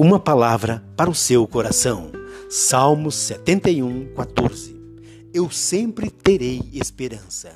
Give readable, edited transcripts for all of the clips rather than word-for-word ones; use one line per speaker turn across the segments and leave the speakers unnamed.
Uma palavra para o seu coração. Salmos 71:14. Eu sempre terei esperança.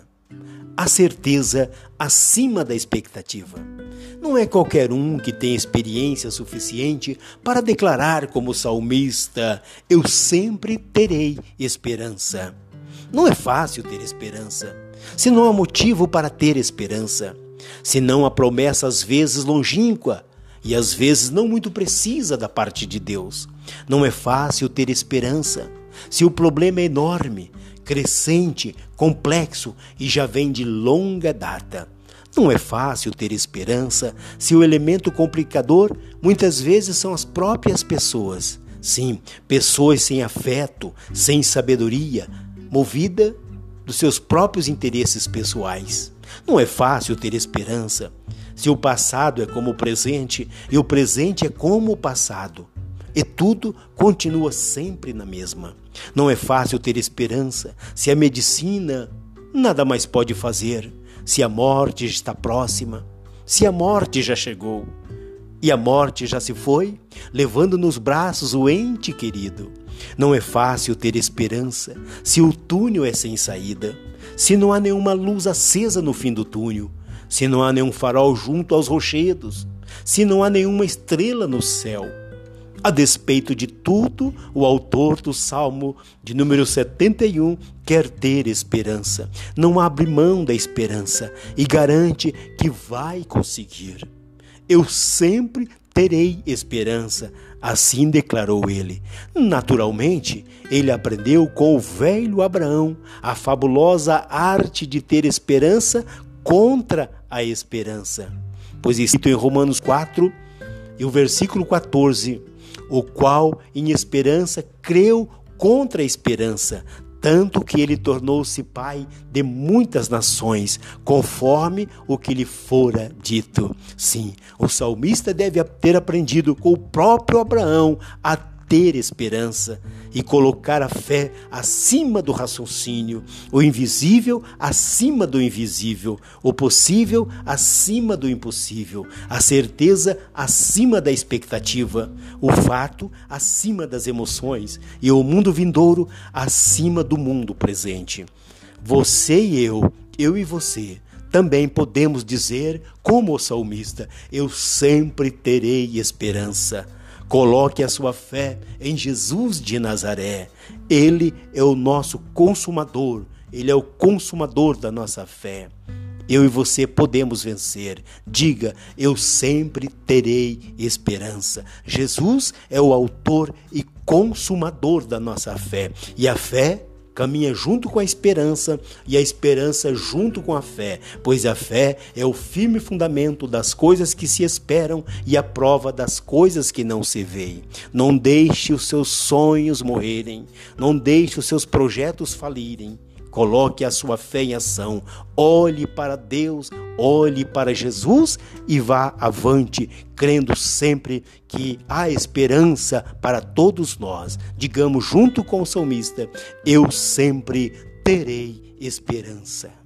A certeza acima da expectativa. Não é qualquer um que tem experiência suficiente para declarar como salmista: eu sempre terei esperança. Não é fácil ter esperança, se não há motivo para ter esperança, se não há promessa às vezes longínqua e às vezes não muito precisa da parte de Deus. Não é fácil ter esperança, se o problema é enorme, crescente, complexo e já vem de longa data. Não é fácil ter esperança se o elemento complicador muitas vezes são as próprias pessoas. Sim, pessoas sem afeto, sem sabedoria, movida dos seus próprios interesses pessoais. Não é fácil ter esperança se o passado é como o presente e o presente é como o passado. E tudo continua sempre na mesma. Não é fácil ter esperança se a medicina nada mais pode fazer, se a morte está próxima, se a morte já chegou e a morte já se foi, levando nos braços o ente querido. Não é fácil ter esperança se o túnel é sem saída, se não há nenhuma luz acesa no fim do túnel, se não há nenhum farol junto aos rochedos, se não há nenhuma estrela no céu. A despeito de tudo, o autor do Salmo de número 71 quer ter esperança. Não abre mão da esperança e garante que vai conseguir. Eu sempre terei esperança, assim declarou ele. Naturalmente, ele aprendeu com o velho Abraão a fabulosa arte de ter esperança contra a esperança. Pois escrito em Romanos 4 e o versículo 14, o qual em esperança creu contra a esperança, tanto que ele tornou-se pai de muitas nações, conforme o que lhe fora dito. Sim, o salmista deve ter aprendido com o próprio Abraão a ter esperança e colocar a fé acima do raciocínio, o invisível acima do invisível, o possível acima do impossível, a certeza acima da expectativa, o fato acima das emoções e o mundo vindouro acima do mundo presente. Você e eu e você, também podemos dizer, como o salmista: eu sempre terei esperança. Coloque a sua fé em Jesus de Nazaré. Ele é o nosso consumador. Ele é o consumador da nossa fé. Eu e você podemos vencer. Diga: eu sempre terei esperança. Jesus é o autor e consumador da nossa fé. E a fé caminha junto com a esperança e a esperança junto com a fé, pois a fé é o firme fundamento das coisas que se esperam e a prova das coisas que não se veem. Não deixe os seus sonhos morrerem, não deixe os seus projetos falirem. Coloque a sua fé em ação, olhe para Deus, olhe para Jesus e vá avante, crendo sempre que há esperança para todos nós. Digamos junto com o salmista: eu sempre terei esperança.